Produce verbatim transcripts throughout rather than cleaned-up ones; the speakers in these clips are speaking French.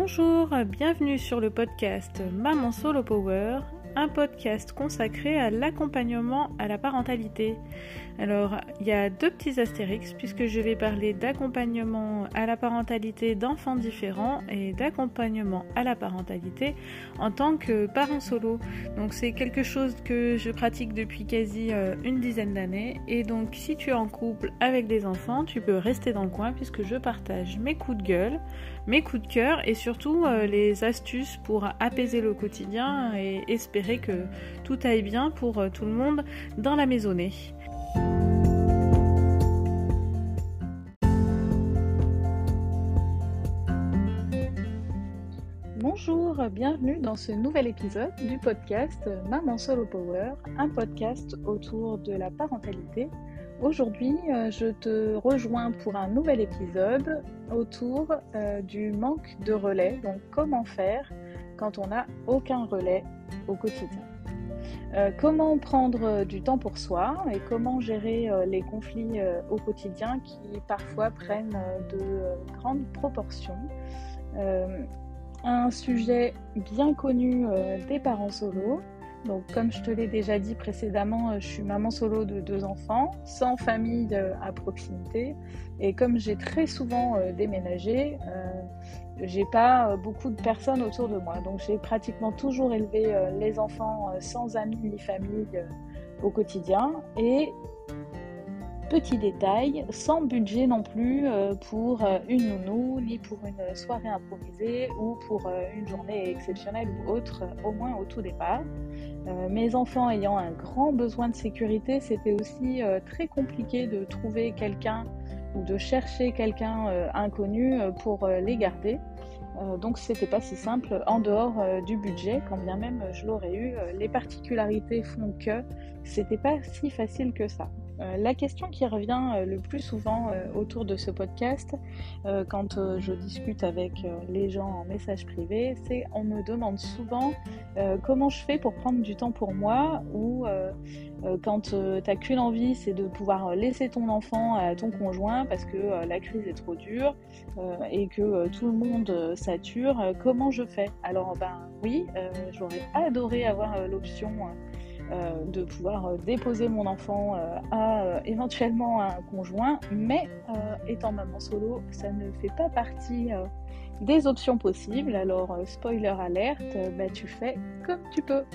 Bonjour, bienvenue sur le podcast Maman Solo Power, un podcast consacré à l'accompagnement à la parentalité. Alors, il y a deux petits astérix puisque je vais parler d'accompagnement à la parentalité d'enfants différents et d'accompagnement à la parentalité en tant que parent solo. Donc, c'est quelque chose que je pratique depuis quasi euh, une dizaine d'années. Et donc, si tu es en couple avec des enfants, tu peux rester dans le coin puisque je partage mes coups de gueule, mes coups de cœur et surtout euh, les astuces pour apaiser le quotidien et espérer que tout aille bien pour euh, tout le monde dans la maisonnée. Bonjour, bienvenue dans ce nouvel épisode du podcast Maman Solo Power, un podcast autour de la parentalité. Aujourd'hui, je te rejoins pour un nouvel épisode autour euh, du manque de relais, donc comment faire quand on n'a aucun relais au quotidien. Euh, comment prendre du temps pour soi et comment gérer euh, les conflits euh, au quotidien qui parfois prennent euh, de euh, grandes proportions. Euh, un sujet bien connu euh, des parents solos. Donc, comme je te l'ai déjà dit précédemment, je suis maman solo de deux enfants, sans famille euh, à proximité. Et comme j'ai très souvent euh, déménagé, euh, j'ai pas euh, beaucoup de personnes autour de moi. Donc, j'ai pratiquement toujours élevé euh, les enfants euh, sans amis ni famille euh, au quotidien. Et petit détail, sans budget non plus euh, pour euh, une nounou, ni pour une soirée improvisée ou pour euh, une journée exceptionnelle ou autre, euh, au moins au tout départ. Euh, mes enfants ayant un grand besoin de sécurité, c'était aussi euh, très compliqué de trouver quelqu'un ou de chercher quelqu'un euh, inconnu euh, pour euh, les garder. Euh, donc c'était pas si simple en dehors euh, du budget, quand bien même euh, je l'aurais eu. Euh, les particularités font que c'était pas si facile que ça. Euh, la question qui revient euh, le plus souvent euh, autour de ce podcast, euh, quand euh, je discute avec euh, les gens en message privé, c'est on me demande souvent euh, comment je fais pour prendre du temps pour moi, ou euh, euh, quand euh, t'as qu'une envie, c'est de pouvoir laisser ton enfant à ton conjoint parce que euh, la crise est trop dure euh, et que euh, tout le monde euh, sature. Euh, comment je fais? Alors ben oui, euh, j'aurais adoré avoir euh, l'option Euh, de pouvoir euh, déposer mon enfant euh, à euh, éventuellement à un conjoint, mais euh, étant maman solo, ça ne fait pas partie euh, des options possibles. Alors euh, spoiler alerte, euh, bah, tu fais comme tu peux.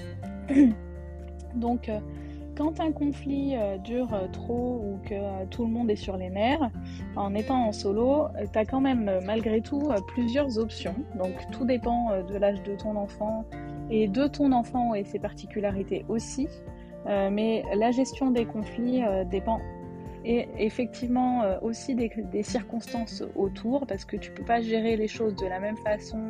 Donc euh, quand un conflit euh, dure euh, trop ou que euh, tout le monde est sur les nerfs, en étant en solo, euh, tu as quand même euh, malgré tout euh, plusieurs options. Donc tout dépend euh, de l'âge de ton enfant et de ton enfant et ses particularités aussi. Euh, mais la gestion des conflits euh, dépend et effectivement euh, aussi des, des circonstances autour, parce que tu peux pas gérer les choses de la même façon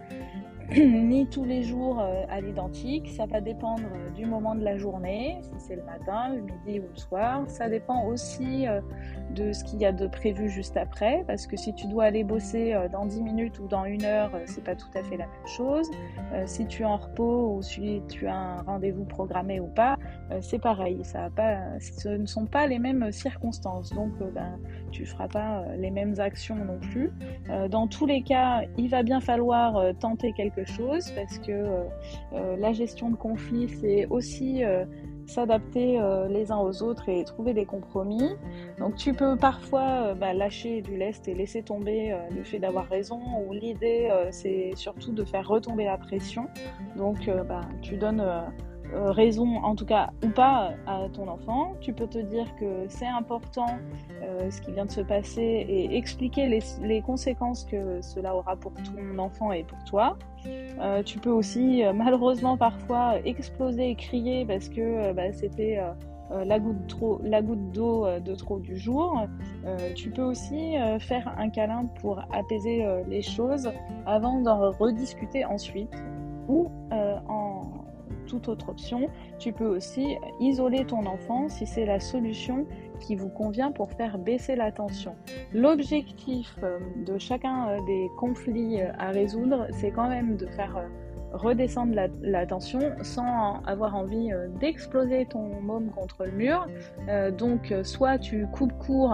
euh, ni tous les jours euh, à l'identique. Ça va dépendre euh, du moment de la journée, si c'est le matin, le midi ou le soir. Ça dépend aussi euh, de ce qu'il y a de prévu juste après, parce que si tu dois aller bosser euh, dans dix minutes ou dans une heure, euh, c'est pas tout à fait la même chose. Euh, si tu es en repos ou si tu as un rendez-vous programmé ou pas, euh, c'est pareil. Ça va pas, ce ne sont pas les mêmes circonstances, donc euh, ben, tu feras pas euh, les mêmes actions non plus. Euh, dans tous les cas, il va bien falloir euh, tenter quelque chose, parce que euh, euh, la gestion de conflits, c'est aussi euh, s'adapter euh, les uns aux autres et trouver des compromis. Donc tu peux parfois euh, bah, lâcher du lest et laisser tomber euh, le fait d'avoir raison, ou l'idée euh, c'est surtout de faire retomber la pression. Donc euh, bah, tu donnes euh, Euh, raison, en tout cas, ou pas, à ton enfant. Tu peux te dire que c'est important euh, ce qui vient de se passer et expliquer les, les conséquences que cela aura pour ton enfant et pour toi. Euh, tu peux aussi, euh, malheureusement, parfois exploser et crier parce que euh, bah, c'était euh, euh, la goutte, trop, la goutte d'eau euh, de trop du jour. Euh, tu peux aussi euh, faire un câlin pour apaiser euh, les choses avant d'en rediscuter ensuite, ou euh, en toute autre option, tu peux aussi isoler ton enfant si c'est la solution qui vous convient pour faire baisser la tension. L'objectif de chacun des conflits à résoudre, c'est quand même de faire redescendre la, la tension sans avoir envie d'exploser ton môme contre le mur. Euh, donc soit tu coupes court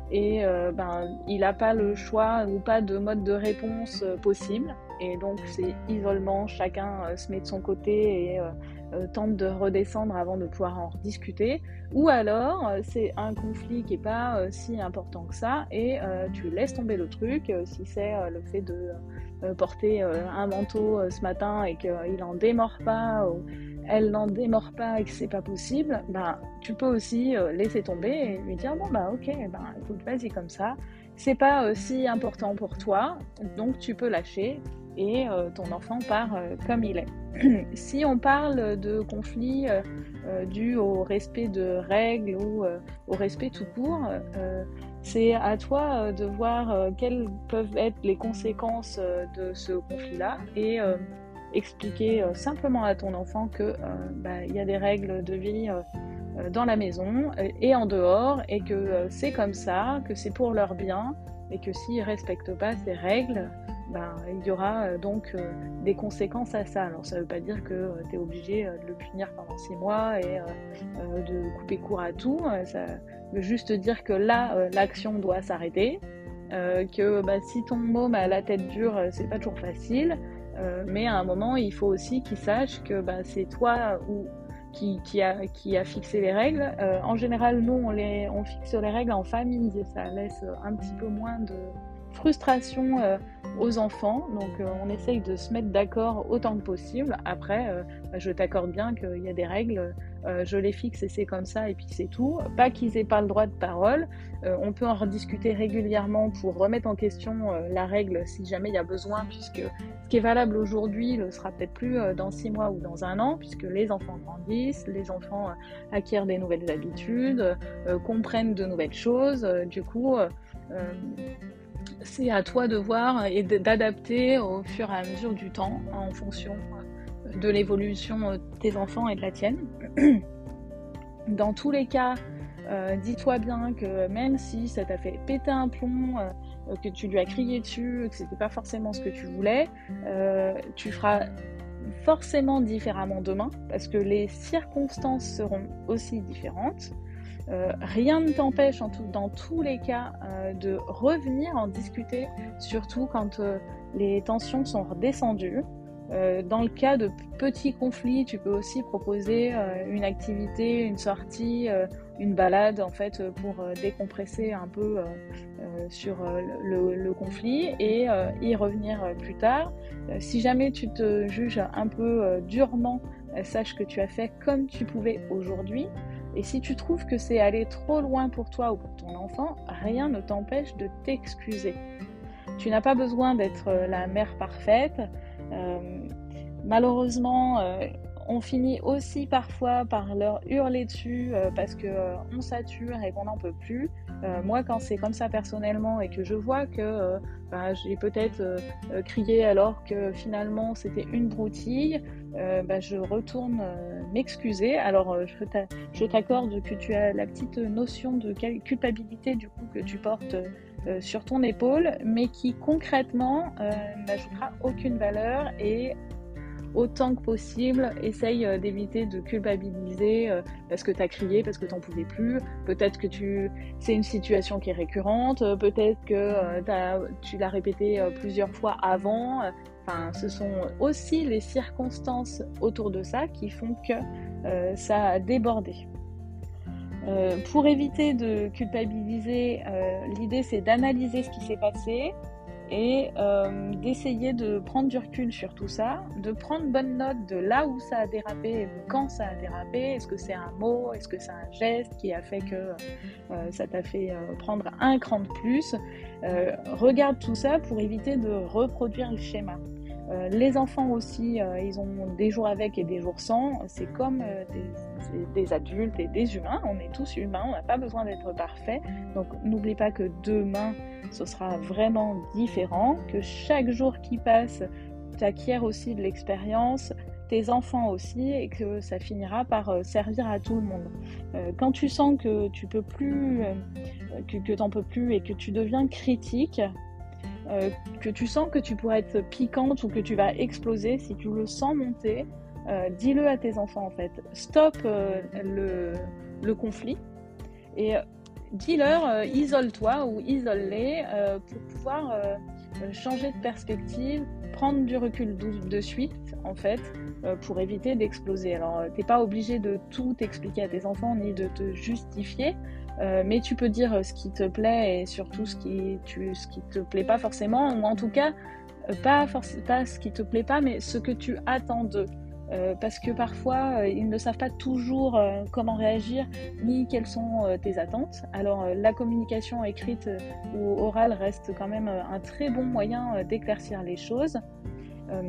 et euh, ben, il n'a pas le choix ou pas de mode de réponse euh, possible. Et donc c'est isolement, chacun euh, se met de son côté et euh, euh, tente de redescendre avant de pouvoir en rediscuter. Ou alors euh, c'est un conflit qui n'est pas euh, si important que ça et euh, tu laisses tomber le truc. Euh, si c'est euh, le fait de euh, porter euh, un manteau euh, ce matin et qu'il n'en démord pas, ou elle n'en démord pas et que c'est pas possible, ben, tu peux aussi euh, laisser tomber et lui dire bon bah ok, ben écoute, vas-y comme ça. C'est pas euh, si important pour toi, donc tu peux lâcher et euh, ton enfant part euh, comme il est. Si on parle de conflits euh, euh, dus au respect de règles ou euh, au respect tout court, euh, c'est à toi euh, de voir euh, quelles peuvent être les conséquences euh, de ce conflit-là et euh, expliquer euh, simplement à ton enfant que euh, bah, y a des règles de vie euh, dans la maison et en dehors et que euh, c'est comme ça, que c'est pour leur bien et que s'ils ne respectent pas ces règles, ben, il y aura euh, donc euh, des conséquences à ça. Alors ça ne veut pas dire que euh, tu es obligé euh, de le punir pendant six mois et euh, euh, de couper court à tout. Euh, ça veut juste dire que là, euh, l'action doit s'arrêter, euh, que bah, si ton môme a la tête dure, euh, c'est pas toujours facile, euh, mais à un moment, il faut aussi qu'il sache que bah, c'est toi ou Qui, qui, a, qui a fixé les règles. Euh, en général, nous, on, les, on fixe les règles en famille et ça laisse un petit peu moins de frustration euh, aux enfants. Donc, euh, on essaye de se mettre d'accord autant que possible. Après, euh, bah, je t'accorde bien qu'il y a des règles, euh, je les fixe et c'est comme ça et puis c'est tout. Pas qu'ils aient pas le droit de parole. Euh, on peut en rediscuter régulièrement pour remettre en question euh, la règle si jamais il y a besoin, puisque ce qui est valable aujourd'hui ne sera peut-être plus euh, dans six mois ou dans un an, puisque les enfants grandissent, les enfants euh, acquièrent des nouvelles habitudes, euh, comprennent de nouvelles choses. Euh, du coup, euh, c'est à toi de voir et d'adapter au fur et à mesure du temps en fonction de l'évolution de tes enfants et de la tienne. Dans tous les cas, euh, dis-toi bien que même si ça t'a fait péter un plomb, euh, que tu lui as crié dessus, que c'était pas forcément ce que tu voulais, euh, tu feras forcément différemment demain parce que les circonstances seront aussi différentes. Euh, rien ne t'empêche en tout, dans tous les cas euh, de revenir en discuter, surtout quand euh, les tensions sont redescendues. Euh, dans le cas de petits conflits, tu peux aussi proposer euh, une activité, une sortie, euh, une balade en fait pour euh, décompresser un peu euh, euh, sur euh, le, le conflit et euh, y revenir euh, plus tard. Euh, si jamais tu te juges un peu euh, durement, euh, sache que tu as fait comme tu pouvais aujourd'hui. Et si tu trouves que c'est aller trop loin pour toi ou pour ton enfant, rien ne t'empêche de t'excuser. Tu n'as pas besoin d'être la mère parfaite. Euh, malheureusement, euh, on finit aussi parfois par leur hurler dessus euh, parce qu'on euh, sature et qu'on n'en peut plus. Euh, moi, quand c'est comme ça personnellement et que je vois que euh, bah, j'ai peut-être euh, crié alors que finalement c'était une broutille, euh, bah, je retourne euh, m'excuser. Alors, euh, je t'accorde que tu as la petite notion de culpabilité du coup que tu portes euh, sur ton épaule, mais qui concrètement euh, n'ajoutera aucune valeur et autant que possible, essaye d'éviter de culpabiliser euh, parce que tu as crié, parce que tu n'en pouvais plus. Peut-être que tu... c'est une situation qui est récurrente, peut-être que euh, tu l'as répété euh, plusieurs fois avant. Enfin, ce sont aussi les circonstances autour de ça qui font que euh, ça a débordé. Euh, pour éviter de culpabiliser, euh, l'idée c'est d'analyser ce qui s'est passé, et euh, d'essayer de prendre du recul sur tout ça, de prendre bonne note de là où ça a dérapé et de quand ça a dérapé. Est-ce que c'est un mot, est-ce que c'est un geste qui a fait que euh, ça t'a fait euh, prendre un cran de plus. Euh, regarde tout ça pour éviter de reproduire le schéma. Euh, les enfants aussi, euh, ils ont des jours avec et des jours sans. C'est comme euh, des, des adultes et des humains. On est tous humains, on n'a pas besoin d'être parfait. Donc n'oublie pas que demain, ce sera vraiment différent, que chaque jour qui passe, tu acquiers aussi de l'expérience, tes enfants aussi, et que ça finira par euh, servir à tout le monde. Euh, quand tu sens que tu peux plus, euh, que, que t'en peux plus et que tu deviens critique, Euh, que tu sens que tu pourrais être piquante ou que tu vas exploser, si tu le sens monter, euh, dis-le à tes enfants en fait. Stop euh, le, le conflit et dis-leur, euh, isole-toi ou isole-les euh, pour pouvoir euh, changer de perspective, prendre du recul de, de suite, en fait, euh, pour éviter d'exploser. Alors, t'es pas obligé de tout expliquer à tes enfants ni de te justifier, euh, mais tu peux dire ce qui te plaît et surtout ce qui, tu, ce qui te plaît pas forcément, ou en tout cas, pas, forc- pas ce qui te plaît pas, mais ce que tu attends d'eux. Euh, parce que parfois, euh, ils ne savent pas toujours euh, comment réagir, ni quelles sont euh, tes attentes. Alors, euh, la communication écrite euh, ou orale reste quand même euh, un très bon moyen euh, d'éclaircir les choses. Euh,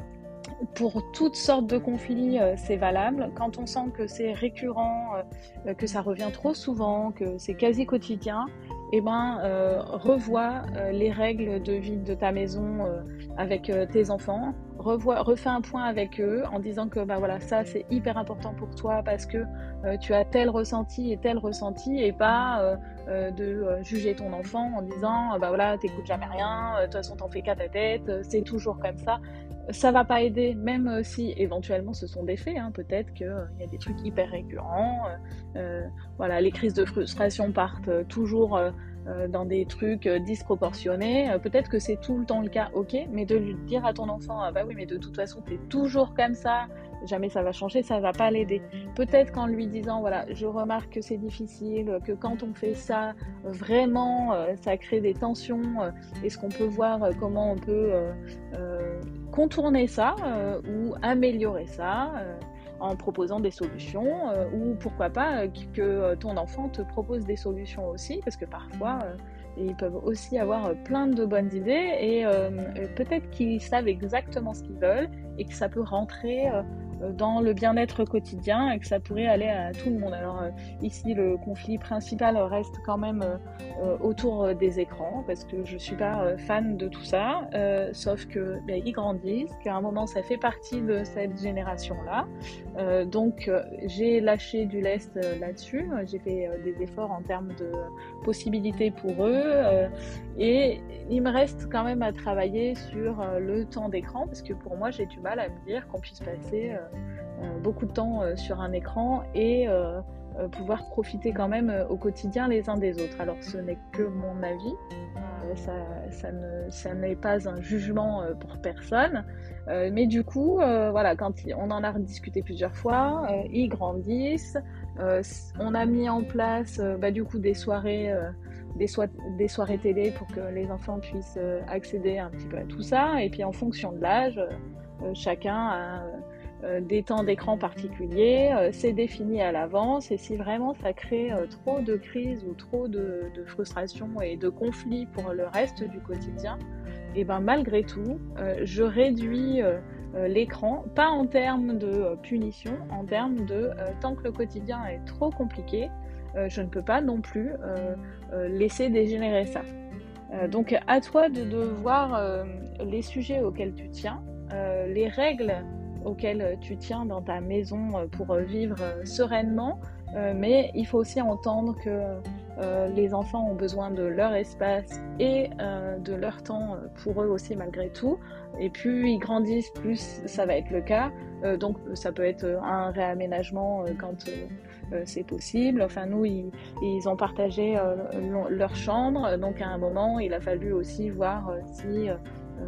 pour toutes sortes de conflits, euh, c'est valable. Quand on sent que c'est récurrent, euh, que ça revient trop souvent, que c'est quasi quotidien, eh ben, euh, revois euh, les règles de vie de ta maison euh, avec euh, tes enfants. Revois, refais un point avec eux en disant que bah voilà, ça c'est hyper important pour toi parce que euh, tu as tel ressenti et tel ressenti, et pas euh, euh, de euh, juger ton enfant en disant bah voilà, t'écoutes jamais rien, euh, de toute façon t'en fais qu'à ta tête, euh, c'est toujours comme ça. Ça va pas aider, même si éventuellement ce sont des faits, hein. Peut-être qu'il euh, y a des trucs hyper récurrents, euh, euh, voilà, les crises de frustration partent euh, toujours euh, euh, dans des trucs euh, disproportionnés, euh, peut-être que c'est tout le temps le cas, ok, mais de lui dire à ton enfant, ah bah oui, mais de toute façon t'es toujours comme ça, jamais ça va changer, ça va pas l'aider. Peut-être qu'en lui disant, voilà, je remarque que c'est difficile, que quand on fait ça, vraiment, euh, ça crée des tensions, euh, est-ce qu'on peut voir euh, comment on peut euh, euh, contourner ça euh, ou améliorer ça euh, en proposant des solutions euh, ou pourquoi pas euh, que ton enfant te propose des solutions aussi, parce que parfois euh, ils peuvent aussi avoir plein de bonnes idées et euh, peut-être qu'ils savent exactement ce qu'ils veulent et que ça peut rentrer euh, dans le bien-être quotidien et que ça pourrait aller à tout le monde. Alors euh, ici le conflit principal reste quand même euh, autour des écrans, parce que je suis pas euh, fan de tout ça, euh, sauf que ben, ils grandissent, qu'à un moment ça fait partie de cette génération là, euh, donc euh, j'ai lâché du lest euh, là-dessus, j'ai fait euh, des efforts en termes de possibilités pour eux, euh, et il me reste quand même à travailler sur euh, le temps d'écran, parce que pour moi j'ai du mal à me dire qu'on puisse passer euh, euh, beaucoup de temps euh, sur un écran et euh, euh, pouvoir profiter quand même euh, au quotidien les uns des autres. Alors ce n'est que mon avis, euh, ça, ça, ne, ça n'est pas un jugement euh, pour personne, euh, mais du coup, euh, voilà, quand on en a discuté plusieurs fois, euh, ils grandissent, euh, on a mis en place euh, bah, du coup des soirées euh, Des, so- des soirées télé pour que les enfants puissent euh, accéder un petit peu à tout ça, et puis en fonction de l'âge, euh, chacun a euh, des temps d'écran particuliers, euh, c'est défini à l'avance, et si vraiment ça crée euh, trop de crises ou trop de, de frustration et de conflits pour le reste du quotidien, et ben malgré tout, euh, je réduis euh, euh, l'écran, pas en termes de euh, punition, en termes de euh, tant que le quotidien est trop compliqué, euh, je ne peux pas non plus euh, euh, laisser dégénérer ça. Euh, donc à toi de, de voir euh, les sujets auxquels tu tiens, euh, les règles auxquelles tu tiens dans ta maison pour vivre sereinement, euh, mais il faut aussi entendre que euh, les enfants ont besoin de leur espace et euh, de leur temps pour eux aussi malgré tout, et plus ils grandissent, plus ça va être le cas, euh, donc ça peut être un réaménagement euh, quand euh, c'est possible. Enfin nous, ils, ils ont partagé euh, leur chambre, donc à un moment il a fallu aussi voir euh, si euh,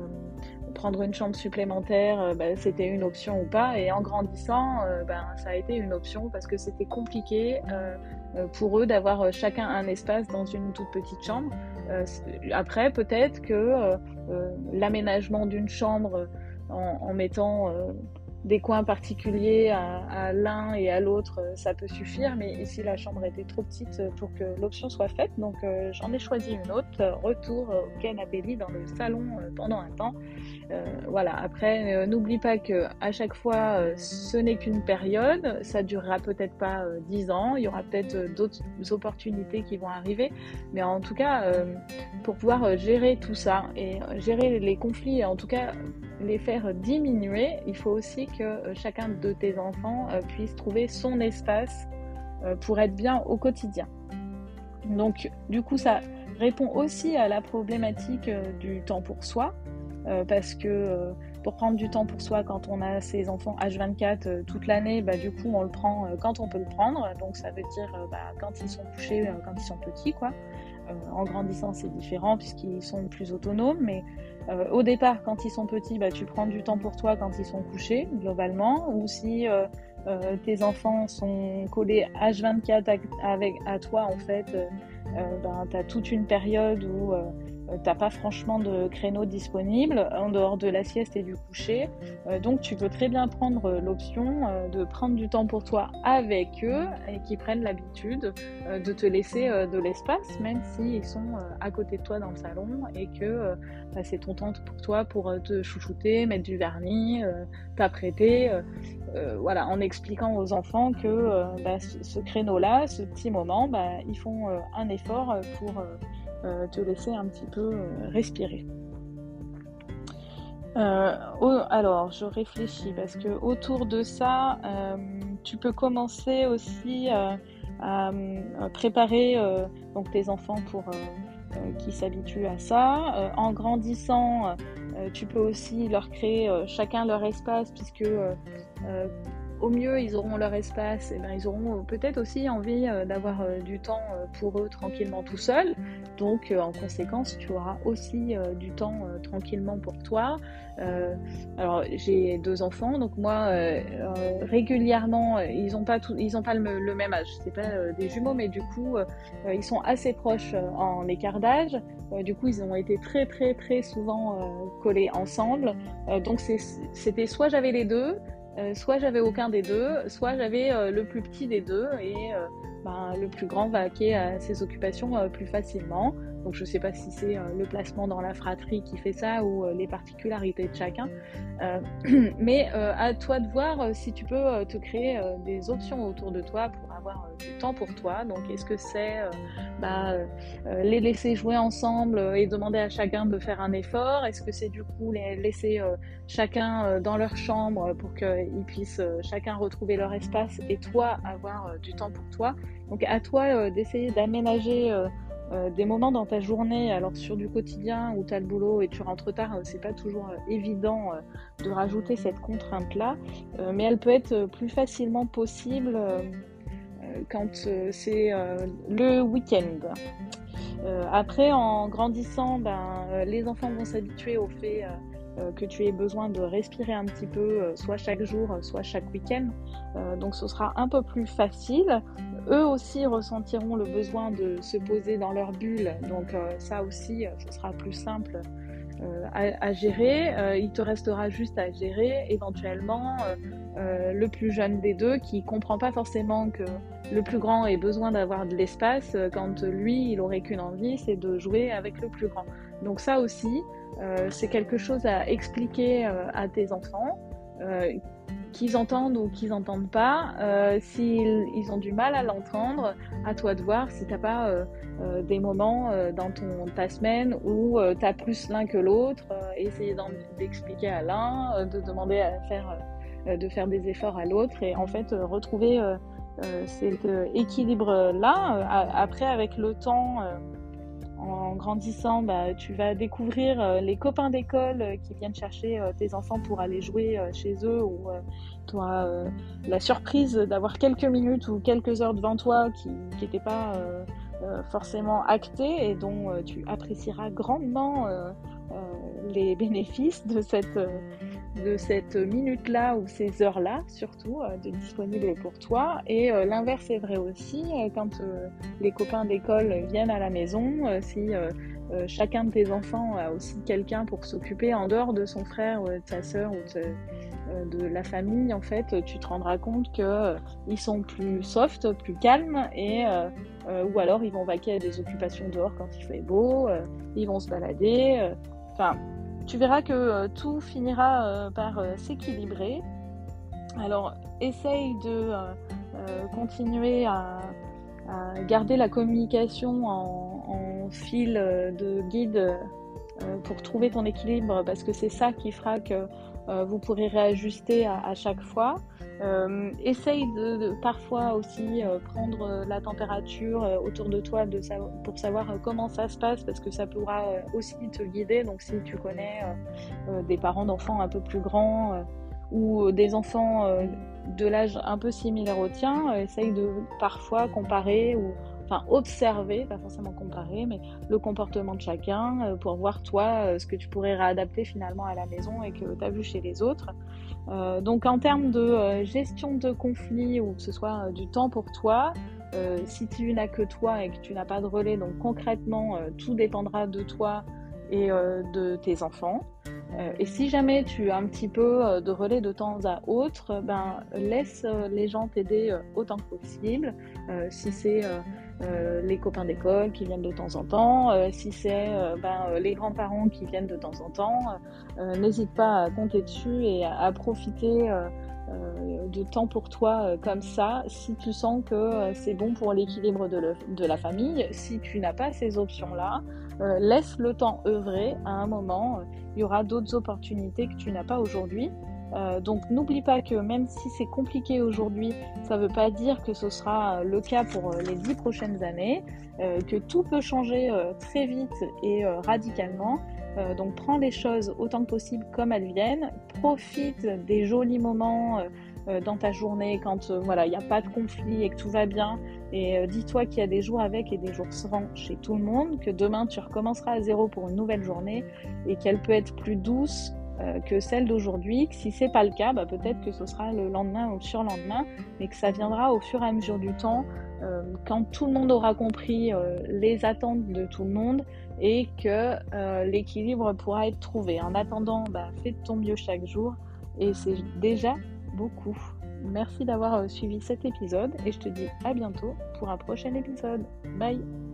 prendre une chambre supplémentaire, euh, bah, c'était une option ou pas, et en grandissant, euh, bah, ça a été une option parce que c'était compliqué euh, pour eux d'avoir chacun un espace dans une toute petite chambre. Euh, après, peut-être que euh, euh, l'aménagement d'une chambre en, en mettant euh, des coins particuliers à, à l'un et à l'autre, ça peut suffire, mais ici la chambre était trop petite pour que l'option soit faite, donc euh, j'en ai choisi une autre, retour au canapé lit dans le salon euh, pendant un temps. Euh, voilà, après euh, n'oublie pas que à chaque fois euh, ce n'est qu'une période, ça durera peut-être pas euh, dix ans, il y aura peut-être euh, d'autres opportunités qui vont arriver, mais en tout cas euh, pour pouvoir euh, gérer tout ça et euh, gérer les conflits, et en tout cas les faire diminuer, il faut aussi que euh, chacun de tes enfants euh, puisse trouver son espace euh, pour être bien au quotidien. Donc du coup ça répond aussi à la problématique euh, du temps pour soi. euh, parce que euh, pour prendre du temps pour soi quand on a ses enfants H vingt-quatre euh, toute l'année, bah, du coup on le prend euh, quand on peut le prendre, donc ça veut dire euh, bah, quand ils sont couchés, euh, quand ils sont petits quoi. Euh, en grandissant c'est différent puisqu'ils sont plus autonomes, mais euh, au départ quand ils sont petits, bah, tu prends du temps pour toi quand ils sont couchés globalement, ou si euh, euh, tes enfants sont collés H vingt-quatre à, avec, à toi en fait, euh, euh, ben, tu as toute une période où euh, t'as pas franchement de créneau disponible en dehors de la sieste et du coucher, euh, donc tu peux très bien prendre l'option euh, de prendre du temps pour toi avec eux et qu'ils prennent l'habitude euh, de te laisser euh, de l'espace, même s'ils sont euh, à côté de toi dans le salon et que euh, bah, c'est ton temps pour toi pour euh, te chouchouter, mettre du vernis, euh, t'apprêter, euh, euh, voilà, en expliquant aux enfants que euh, bah, ce, ce créneau-là, ce petit moment, bah, ils font euh, un effort pour euh, Euh, te laisser un petit peu euh, respirer. Euh, oh, alors, je réfléchis parce que autour de ça, euh, tu peux commencer aussi euh, à, à préparer euh, donc tes enfants pour euh, euh, qu'ils s'habituent à ça. Euh, en grandissant, euh, tu peux aussi leur créer euh, chacun leur espace, puisque euh, euh, au mieux, ils auront leur espace, et bien, ils auront peut-être aussi envie euh, d'avoir euh, du temps euh, pour eux tranquillement tout seuls. Donc, euh, en conséquence, tu auras aussi euh, du temps euh, tranquillement pour toi. Euh, alors, j'ai deux enfants, donc moi, euh, euh, régulièrement, ils n'ont pas, tout, ils ont pas le, le même âge. C'est pas euh, des jumeaux, mais du coup, euh, ils sont assez proches euh, en écart d'âge. Euh, du coup, ils ont été très, très, très souvent euh, collés ensemble. Euh, donc, c'est, c'était soit j'avais les deux, Euh, soit j'avais aucun des deux, soit j'avais euh, le plus petit des deux et euh, ben, le plus grand va vaquer à ses occupations euh, plus facilement. Donc je ne sais pas si c'est euh, le placement dans la fratrie qui fait ça ou euh, les particularités de chacun. Euh, mais euh, à toi de voir euh, si tu peux euh, te créer euh, des options autour de toi pour avoir euh, du temps pour toi. Donc est-ce que c'est euh, bah, euh, les laisser jouer ensemble et demander à chacun de faire un effort? Est-ce que c'est du coup les laisser euh, chacun euh, dans leur chambre pour qu'ils puissent euh, chacun retrouver leur espace et toi avoir euh, du temps pour toi? Donc à toi euh, d'essayer d'aménager euh, euh, des moments dans ta journée. Alors sur du quotidien où tu as le boulot et tu rentres tard, euh, c'est pas toujours euh, évident euh, de rajouter cette contrainte là, euh, mais elle peut être plus facilement possible euh, euh, quand euh, c'est euh, le week-end. Euh, après, en grandissant, ben, euh, les enfants vont s'habituer au fait euh, euh, que tu aies besoin de respirer un petit peu, euh, soit chaque jour, soit chaque week-end. Euh, donc ce sera un peu plus facile. Eux aussi ressentiront le besoin de se poser dans leur bulle. Donc euh, ça aussi, euh, ce sera plus simple euh, à, à gérer. Euh, il te restera juste à gérer éventuellement euh, euh, le plus jeune des deux qui comprend pas forcément que le plus grand ait besoin d'avoir de l'espace euh, quand lui il aurait qu'une envie, c'est de jouer avec le plus grand. Donc ça aussi euh, c'est quelque chose à expliquer euh, à tes enfants, euh, qu'ils entendent ou qu'ils n'entendent pas. Euh, s'ils ils ont du mal à l'entendre, à toi de voir si t'as pas euh, euh, des moments euh, dans ton, ta semaine où euh, t'as plus l'un que l'autre, euh, essayer d'expliquer à l'un, euh, de demander à faire, euh, de faire des efforts à l'autre et en fait euh, retrouver euh, euh, cet euh, équilibre-là. Euh, après, avec le temps, euh, en grandissant, bah, tu vas découvrir euh, les copains d'école euh, qui viennent chercher euh, tes enfants pour aller jouer euh, chez eux, ou euh, tu as euh, la surprise d'avoir quelques minutes ou quelques heures devant toi qui n'étaient pas euh, euh, forcément actées et dont euh, tu apprécieras grandement euh, euh, les bénéfices de cette, euh, de cette minute-là ou ces heures-là, surtout, euh, de disponibles pour toi. Et euh, l'inverse est vrai aussi, euh, quand euh, les copains d'école viennent à la maison, euh, si euh, euh, chacun de tes enfants a aussi quelqu'un pour s'occuper en dehors de son frère ou de sa sœur ou de, euh, de la famille, en fait, tu te rendras compte qu'ils euh, sont plus soft, plus calmes, et euh, euh, ou alors ils vont vaquer à des occupations dehors quand il fait beau, euh, ils vont se balader, euh, enfin, tu verras que euh, tout finira euh, par euh, s'équilibrer. Alors, essaye de euh, euh, continuer à, à garder la communication en, en fil de guide euh, pour trouver ton équilibre, parce que c'est ça qui fera que euh, vous pourrez réajuster à, à chaque fois. Euh, essaye de, de parfois aussi euh, prendre euh, la température euh, autour de toi de sa- pour savoir euh, comment ça se passe, parce que ça pourra euh, aussi te guider. Donc si tu connais euh, euh, des parents d'enfants un peu plus grands euh, ou des enfants euh, de l'âge un peu similaire au tien, euh, essaye de parfois comparer ou enfin observer, pas forcément comparer, mais le comportement de chacun euh, pour voir toi euh, ce que tu pourrais réadapter finalement à la maison et que tu as vu chez les autres. Euh, donc en termes de euh, gestion de conflits ou que ce soit euh, du temps pour toi, euh, si tu n'as que toi et que tu n'as pas de relais, donc concrètement euh, tout dépendra de toi et euh, de tes enfants. Euh, et si jamais tu as un petit peu euh, de relais de temps à autre, ben laisse euh, les gens t'aider euh, autant que possible. Euh, si c'est euh, euh, les copains d'école qui viennent de temps en temps, euh, si c'est euh, ben, euh, les grands-parents qui viennent de temps en temps, euh, n'hésite pas à compter dessus et à, à profiter euh, euh, de temps pour toi euh, comme ça, si tu sens que euh, c'est bon pour l'équilibre de, le, de la famille. Si tu n'as pas ces options-là, euh, laisse le temps œuvrer à un moment. Il y aura d'autres opportunités que tu n'as pas aujourd'hui. Euh, donc n'oublie pas que même si c'est compliqué aujourd'hui, ça ne veut pas dire que ce sera le cas pour les dix prochaines années, euh, que tout peut changer euh, très vite et euh, radicalement. Euh, donc prends les choses autant que possible comme elles viennent, profite des jolis moments euh, euh, dans ta journée quand euh, voilà, il n'y a pas de conflit et que tout va bien, et euh, dis-toi qu'il y a des jours avec et des jours sans chez tout le monde, que demain tu recommenceras à zéro pour une nouvelle journée et qu'elle peut être plus douce euh, que celle d'aujourd'hui, que si c'est pas le cas, bah, peut-être que ce sera le lendemain ou le surlendemain, mais que ça viendra au fur et à mesure du temps, euh, quand tout le monde aura compris euh, les attentes de tout le monde et que euh, l'équilibre pourra être trouvé. En attendant, bah, fais de ton mieux chaque jour et c'est déjà beaucoup. Merci d'avoir euh, suivi cet épisode et je te dis à bientôt pour un prochain épisode. Bye!